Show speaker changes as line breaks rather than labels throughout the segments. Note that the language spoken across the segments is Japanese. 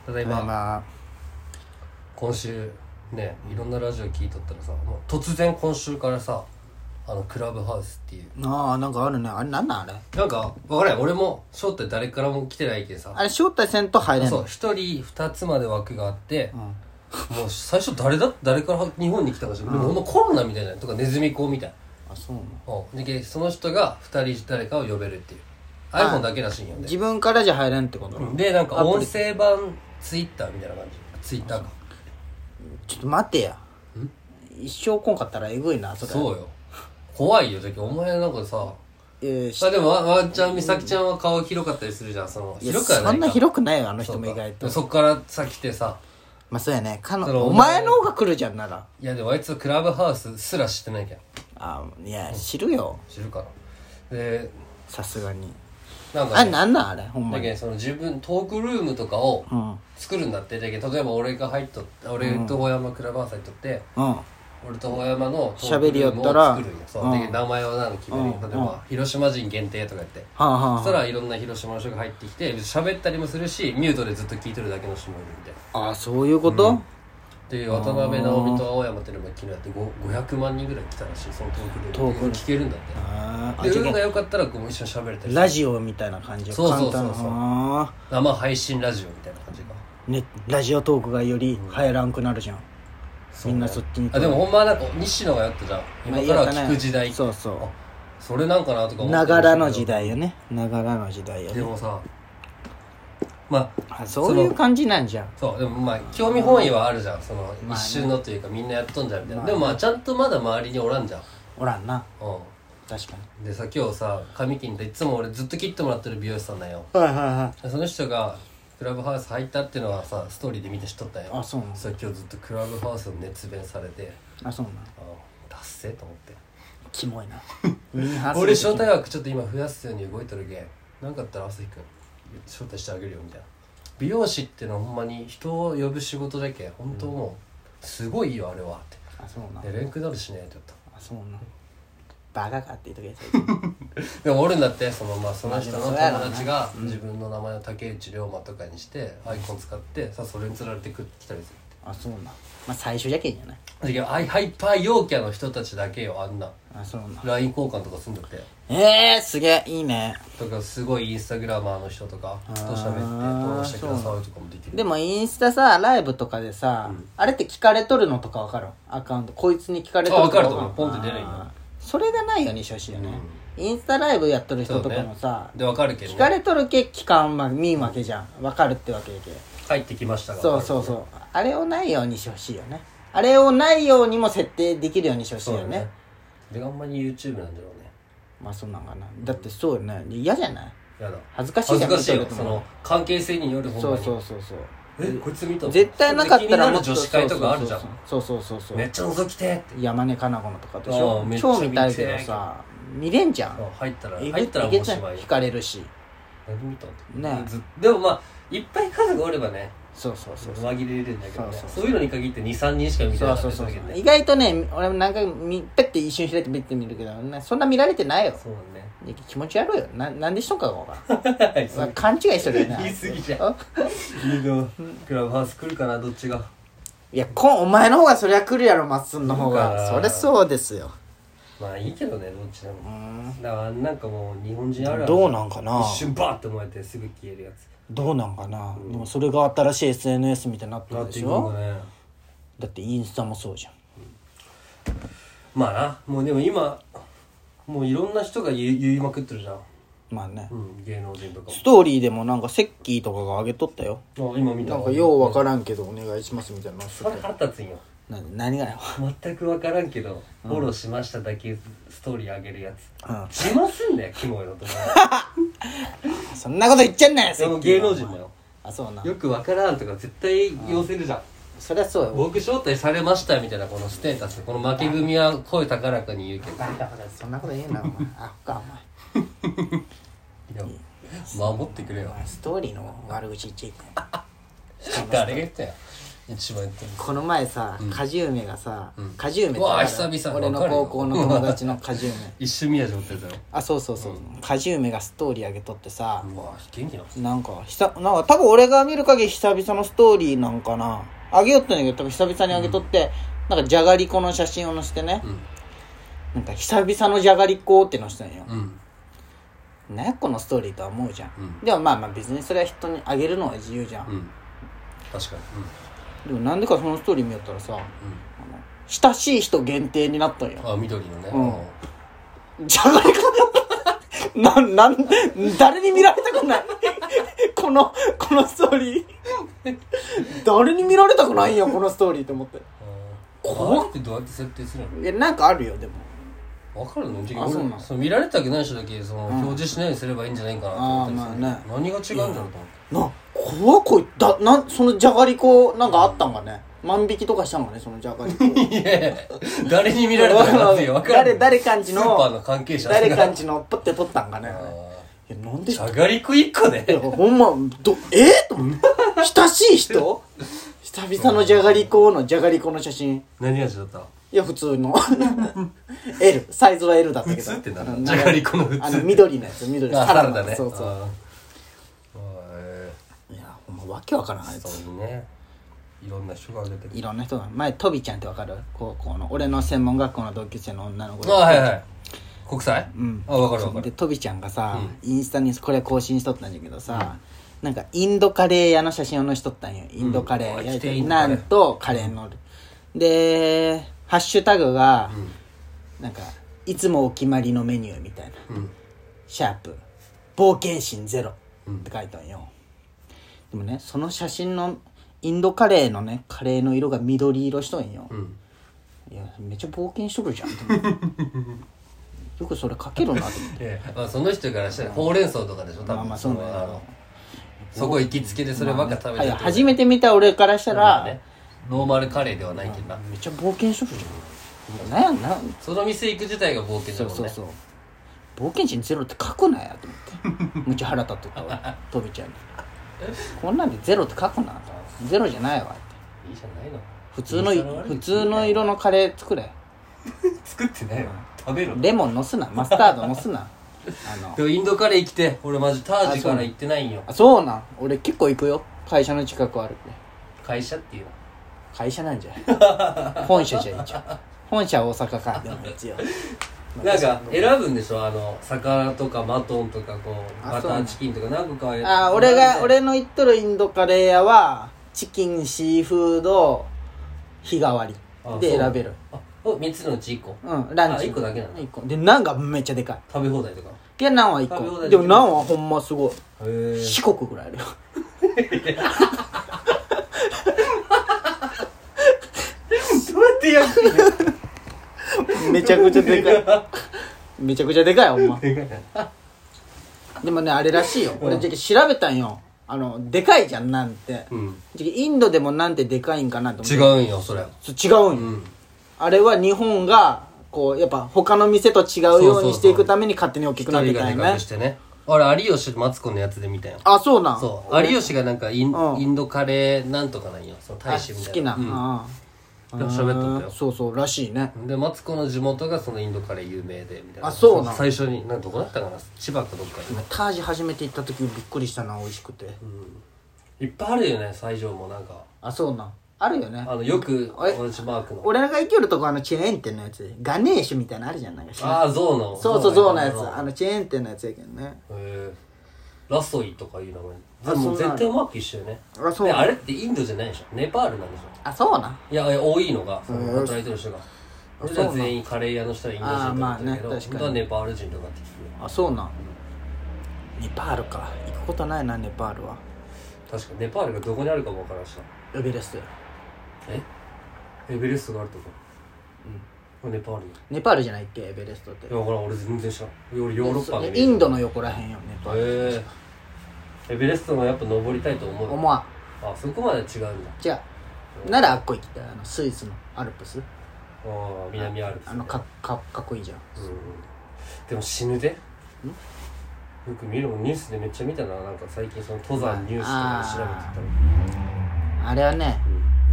ただいま。今週ね、いろんなラジオ聞いとったらさ、もう突然今週からさ、クラブハウスっていう、
なんかあるね。あれなんなんあれ
なんか分からん、俺も招待誰からも来てないけどさ、
あれ招待せんと入れんの。
そう、1人2つまで枠があって、もう最初誰から日本に来たかしら、でもほんまコロナみたいなとかネズミ講みたい
あ、そうなの。
な。でその人が2人誰かを呼べるっていう iPhone だけらしいんよね。
自分からじゃ入れんってこと。
でなんか音声版ツイッターみたいな感じ。ツイッターか。
ちょっと待てや。一生来んかったらえぐいなそれ。
そうよ、怖いよ。じゃあお前なんかさ、でもワンちゃん美咲ちゃんは顔広かったりするじゃん。広くはないか。
そんな広くないよあの人も意外と。
そっからさ来てさ、
まあそうやね。お前の方が来るじゃんなら。
いやでもあいつはクラブハウスすら知ってないけん。
いや知るよ。
知るかな。で
さすがに
なんか、
ね、あれなんなんあれほんまに。
だけど自分トークルームとかを作るんだって。だけど例えば俺と大山クラブハウス入っとって、俺と大山のトークルームを作るんよ。そう、で名前を決めるんよ。例えば広島人限定とかやって、そしたらいろんな広島の人が入ってきて喋ったりもするし、ミュートでずっと聞いてるだけの人もいるみたいな。
そういうこと、
で渡辺直美と青山テルマ昨日やって500万人ぐらい来たらしい。そのトークルーム聞けるんだって。で運が良かったら一緒に喋れたり。
ラジオみたいな感じ。
そう生配信ラジオみたいな感じか
ね。ラジオトークがより入らんくなるじゃん、みんなそっちに。
でもほんまなんか西野がやったじゃん。今からは聞く時代。
そう
それなんかなとか思って。
ながらの時代よね。ながらの時代よね。
でもさ、
そういう感じなんじゃん。
そうでも興味本位はあるじゃん。一瞬のというかみんなやっとんじゃんみたいな。でもちゃんとまだ周りにおらんじゃん。
おらんな。
確
か
に。でさ今日さ髪切っていつも俺ずっと切ってもらってる美容師さんだよ。その人がクラブハウス入ったっていうのはさストーリーで見て知っとったよ。
そうなの。
今日ずっとクラブハウスの熱弁されて。
そうなの。
達成と思って。
キモいな
俺招待枠ちょっと今増やすように動いとるけん、なんかあったら朝日くん招待してあげるよみたいな。美容師ってのはほんまに人を呼ぶ仕事だけん本当もうすごいよあれはって。
そうな。
で連絡なるしねって言った。
そうな。バカかって言うとけ
でもおるんだって。その人の友達が自分の名前を竹内涼真とかにしてアイコン使ってさ、それに釣られてきたりする。
そうな。最初じゃけんじゃない。
だけどハイパー陽キャの人たちだけよあんな。
そうな。
LINE 交換とかすんだって。
すげえいいね。
とかすごいインスタグラマーの人とかと喋ってフォローしてくださいとかもできる。
でもインスタさライブとかでさ、あれって聞かれとるのとか分かる？アカウントこいつに聞かれとるのとか
分かると思う。ポンって出るんよ。
それがないようにしてほしいよね。インスタライブやっとる人とかもさ、
で分かるけどね、
聞かれとるけ聞かん見んわけじゃん。分かるってわけやけ。
帰ってきましたが。
そうあれをないようにしてほしいよね。あれをないようにも設定できるようにしてほしいよね。
であんまり YouTube なんだろうね。
そうなんかな。だってそうよね。嫌じゃない？
嫌だ。
恥ずかしいじゃん。
恥ずかしいよ。その関係性による。ほんまに
そう
こいつ見た。
絶対なかったら
もっと女子会とかあるじゃん。
そう
めっちゃ覗きてって
山根かな子のとかでしょ。超見たいけどさ見れんじゃん。
入ったらもうしまい。
惹かれるし。
何見た
ね。
でもいっぱい数がおればね。
そう
紛れるんだけどね。そういうのに限って 2,3 人しか見てなかったけどね。
意外とね俺もなんかペッて一瞬開いて見てみるけどそんな見られてないよ。
そうね。
気持ち悪いよ。なんでしとんかが分からん勘違いしてるよね。
言い過ぎじゃん。クラブハウス来るかなどっちが。
いやお前の方がそりゃ来るやろ。まっすんの方がそれそうですよ。
いいけどねどっちでも。だからなんかもう日本人あるある。
どうなんかな。
一瞬バーって燃えてすぐ消えるやつ。
どうなんかな、でもそれが新しい SNS みたいになってるでしょ。だってインスタもそうじゃん。
もうでも今もういろんな人が言いまくってるじゃん。芸能人とかも。
ストーリーでもなんかセッキーとかが上げとったよ。
今見た。
なんかようわからんけどお願いしますみたいな。
それ腹立つんよ。
何がよ。
全く分からんけどフォローしましただけストーリー上げるやつ。自慢すんだよキモいのとか。
そんなこと言っちゃんなよ。
でも芸能人だよ。
そうな。
よく分からんとか絶対言わせるじゃん。
そりゃそうよ。
僕招待されましたみたいなこのステータス。この負け組は声高らかに言うけど。
そんなこと言うなお前。あっかお前。
いや守ってくれよ。
ストーリーの悪口言っちゃいけない。
誰が言ったよ。 一番やってる。
この前さ、果樹梅がさ、果樹梅って
うわ
ある
久々
俺の高校の友達の果樹梅
一瞬宮地持ってたよ。
あ、そうそうそう、果樹梅がストーリー上げとってさ、
うわ元気な。
なんか多分俺が見る限り久々のストーリーなんかな、上げよったんだけど多分久々に上げとって、なんかじゃがりこの写真を載せてね、なんか久々のじゃがりこって載せたんよ、なんやこのストーリーとは思うじゃん、でもまあ別にそれは人にあげるのは自由じゃん、
確かに、
でもなんでかそのストーリー見よったらさ、親しい人限定になったんよ。
あ、緑のね、
じゃがりこ誰に見られたくないこのストーリー誰に見られたくないんよこのストーリーと思って。
こうってどうやって設定するの？
なんかあるよでも。
分かるの？
あ、そうなの。
その見られたくない人だけその表示しないようにすればいいんじゃないかなと思ったりする。何が違うんだろうと思って。
怖こいそのじゃがりこなんかあったんかね。万引きとかしたんかねそのじゃがりこ。
いや誰に見られたかなって分かる。
誰かんちの
スーパーの関係者。
誰かんちのポッて取ったんかね。なんで
じゃがりこ1個で
ほんまと思って親しい人久々のじゃがりこの写真。
何味だった？
いや普通のL サイズは L だったけど。
普通ってなじゃがりこの普通。
緑のやつ
サラダね。
そうそう。いやほんまわけわからんあいつ。
そうね。いろんな人が出てる。
いろんな人が前トビちゃんってわかる？高校の俺の専門学校の同級生の女の子。
はいはい。国際？あ、わかるわかる。
でトビちゃんがさ、インスタにこれ更新しとったんだけどさ、なんかインドカレー屋の写真を載しとったんよ。インドカレー屋でなんとカレーのでハッシュタグがなんかいつもお決まりのメニューみたいな、シャープ冒険心ゼロって書いたんよ。でもねその写真のインドカレーのねカレーの色が緑色しとんよ、いやめっちゃ冒険しとるじゃんと思ってよくそれ書けるなと思って
まあその人からしたらほうれん草とかでしょ多分。
まあそうね。
そこ行きつけでそればっか食べてる。
初めて見た俺からしたら
ノーマルカレーではないけどな。
めっちゃ冒険しとるじゃん。なんやんな。
その店行く自体が冒険だもんね。
そう冒険心ゼロって書くなやと思ってむちゃ腹立っとったわトビちゃんにこんなんでゼロって書くなと。ゼロじゃないわって。
いいじゃないの。
普通の色のカレー作れ
作ってないよ。食べろ。
レモンのすなマスタードのすな
でもインドカレー来て俺マジタージから行ってないんよ。
あ、そうなん。俺結構行くよ。会社の近くあるって。
会社っていうの
会社なんじゃ本社じゃいいじゃん。本社大阪かでも一応
なんか選ぶんでしょ魚とかマトンとかこうバターチキンとか何個か
俺の行っとるインドカレー屋はチキンシーフード日替わりで選べる。
3つのうち1個。
ランチ
1個だけなの。
1個でナンがめっちゃでかい。
食べ放題とか。
いやナンは1個でもナンはほんますごい。四国ぐらいあるよ
どうやって焼くの？
めちゃくちゃでかいめちゃくちゃでかいほんま。でもねあれらしいよ。俺調べたんよ。でかいじゃんなんて、インドでもなんてでかいんかなと思って。
違うんよそれ。
違うんよ、あれは日本がこうやっぱ他の店と違うようにしていくために勝手に大きくなってたよね。
一人がでかくしてね。俺有吉マツコのやつで見たよ。
あ、そうなん。
そう有吉がなんかインドカレーなんとかなんよ。その大使みたいな。
好きな。
喋っとったよ。
そうらしいね。
でマツコの地元がそのインドカレー有名でみたいな。
あ、そうなん。
最初にどこだったかな、千葉かどっかでね。
タージ初めて行った時びっくりしたな、美味しくて。
いっぱいあるよね西条もなんか。
あ、そうなん。あるよね。
よく同じマークの。
俺らが行けるとこチェーン店のやつガネーシュみたいなのあるじゃん。なんか
ああ、ゾウの。
そうゾウのやつ。チェーン店のやつやけどね。
ラソイとかいう名前。でも絶対マーク一緒よね。
あ、そう。
あれってインドじゃないでしょ。ネパールなんでしょ。
あ、そうなん。
いや多いのが働いてる人が。俺ら全員カレー屋の人はインド人とかだけど、本当はネパール人とかって聞く。
あ、そうなん。ネパールか。行くことないなネパールは。
確かネパールがどこにあるかもわからんし。
エベレスト。
エベレストがあるとこ。ネパール。
ネパールじゃないっけエベレストって。
いやほら俺全然知らん。俺ヨーロッパの
インドの横らへんよネパール。
エベレストもやっぱ登りたいと思う。
思わん。
あ、そこまで違うんだ。
じゃあならあっこ行きたい。スイスのアルプス。
南アルプス、
かっこいいじゃん。
でも死ぬで。よく見るもんニュースでめっちゃ見たな。なんか最近その登山ニュースとかで調べてたら、
あれはね、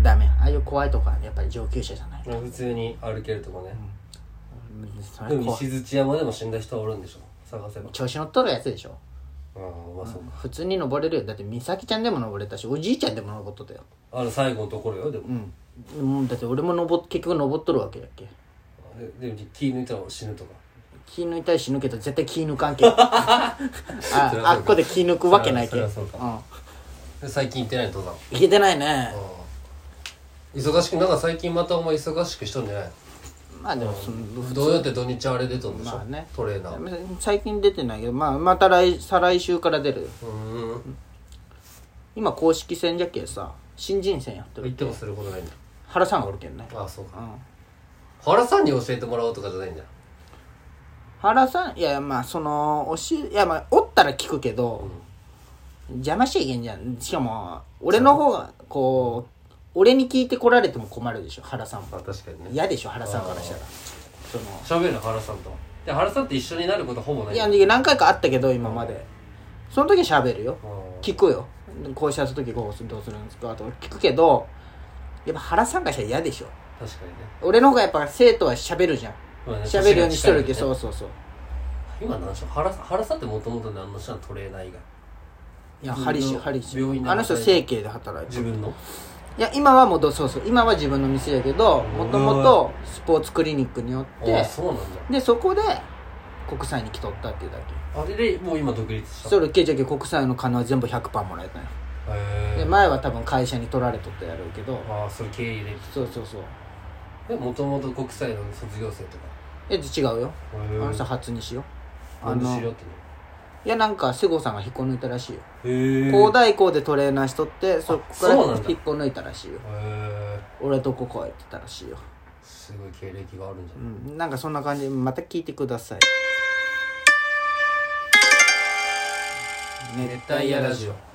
ダメ。ああいう怖いとこはやっぱり上級者じゃない。
普通に歩けるとこね、
で
も石鎚山でも死んだ人はおるんでしょ、探せば。
調子乗っとるやつでしょ。
まあそうか、
普通に登れるよ。だって美咲ちゃんでも登れたし、おじいちゃんでも登っとったよ。
最後のところよ。でも
だって俺も結局登っとるわけやっけ。
でも気抜いたら死ぬとか。
気抜いたり死ぬけど絶対気抜かんけあっこで気抜くわけないけ。
そうか、最近行ってない登山。
行けてないね。
忙しく、なんか最近またお前忙しくしとんじゃない？
まあでも
どうやって土日あれ出とんでしょ、
まあね、
トレーナー。
最近出てないけど、また再来週から出る。今公式戦じゃけさ、新人戦やってる。
行ってもすることないんだ。
原さんがおるけんね。
そうか、原さんに教えてもらおうとかじゃないんだ。
原さん、いやまあおったら聞くけど、邪魔しちゃいけんじゃん。しかも俺の方がこう俺に聞いてこられても困るでしょ、原さんも。
確かにね。
嫌でしょ、原さんからしたら。
喋るの原さんと。で原さんって一緒になることほぼない。
いや何回かあったけど今まで。その時は喋るよ。聞くよ。こうした時どうするんですかとか聞くけど、やっぱ原さんからしたら嫌でしょ。
確かにね。
俺の方がやっぱ生徒は喋るじゃん。喋るようにしとるけど、そう。
今何しょ、原さんってもともと何のしたの、トレーナー以外。
いや、ハリシ
病院で
あの人整形で働いてる。
自分の？
いや今はもう今は自分の店やけど、もともとスポーツクリニックによって
そうなんだ。
でそこで国際に来とったっていうだけ。
あれでもう今独立した？
それけじゃけ国際の金は全部 100% もらえたんよ。で前は多分会社に取られとったやろうけど。
それ経営で。
そう
もともと国際の卒業生とか？
違うよ。あの人初にしよう。
なんでしようっての？
いやなんか瀬郷さんが引っこ抜いたらしいよ。高大校でトレーナーしとって、そこから引っこ抜いたらしいよ。俺とここへって言ったらしいよ。
すごい経歴があるんじゃない？
なんかそんな感じでまた聞いてください。熱帯夜ラジオ。